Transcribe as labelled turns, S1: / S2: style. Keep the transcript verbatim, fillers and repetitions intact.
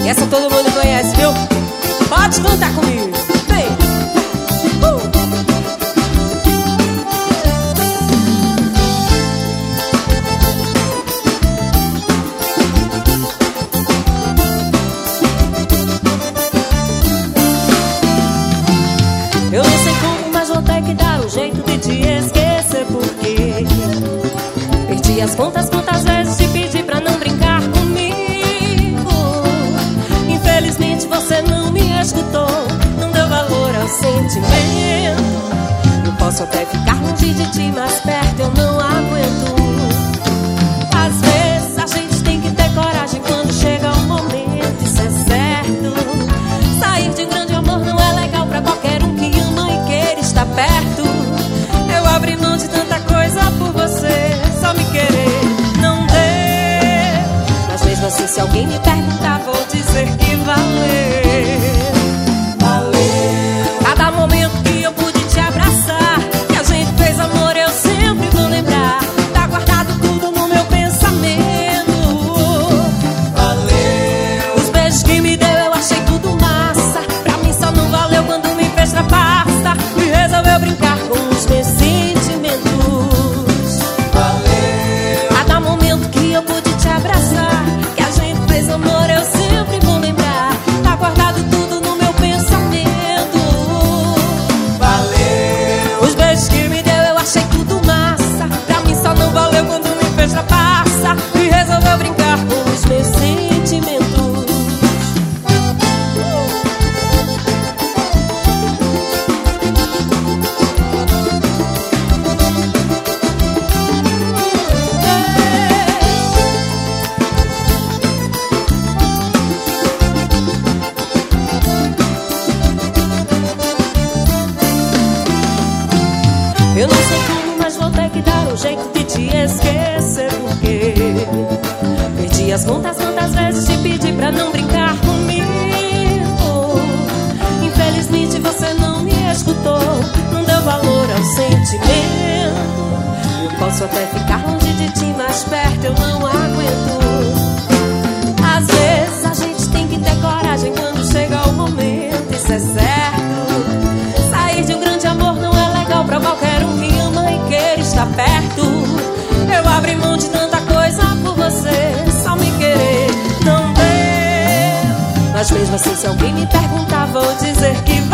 S1: Essa todo mundo conhece, viu? Pode cantar comigo. Vem. Uh. Eu não sei como, mas vou ter que dar um jeito de te esquecer, porque perdi as contas quantas vezes te pedi pra não brincar comigo. Infelizmente você não me escutou, não deu valor ao sentimento. Eu posso até ficar longe de ti, mas perto eu não aguento. Às vezes a gente tem que ter coragem quando chega o momento, isso é certo. Sair de um grande amor não é legal pra qualquer um que ama e queira estar perto. Eu abri mão de tanta coisa por você, só me querer não deu. Mas mesmo assim, se alguém me perguntar, vou dizer que valeu. Valeu. Cada momento que eu pude te abraçar, que a gente fez amor, eu sempre vou lembrar. Tá guardado tudo no meu pensamento. Valeu. Os beijos que me deu, eu achei tudo massa. Pra mim só não valeu quando me fez trapaça e resolveu brincar com os meus sentimentos. Valeu. Cada momento que eu pude te abraçar, que a gente fez amor, eu sempre vou lembrar. Tá guardado tudo no meu pensamento. Valeu. Os beijos que me deu, eu achei tudo massa. Pra mim só não valeu quando me fez trapaça e resolveu brincar com os meus sentimentos. Eu não sei como, mas vou ter que dar um jeito de te esquecer, porque perdi as contas quantas vezes te pedi pra não brincar comigo. Infelizmente você não me escutou, não deu valor ao sentimento. Eu posso até ficar longe de ti, mas perto eu não aguento. Às vezes a gente tem que ter coragem quando chega o momento, isso é certo. Sair de um grande amor não é legal pra qualquer um que ama e queira estar perto. Eu abri mão de tanta coisa por você, só me querer não deu. Mas mesmo assim, se alguém me perguntar, vou dizer que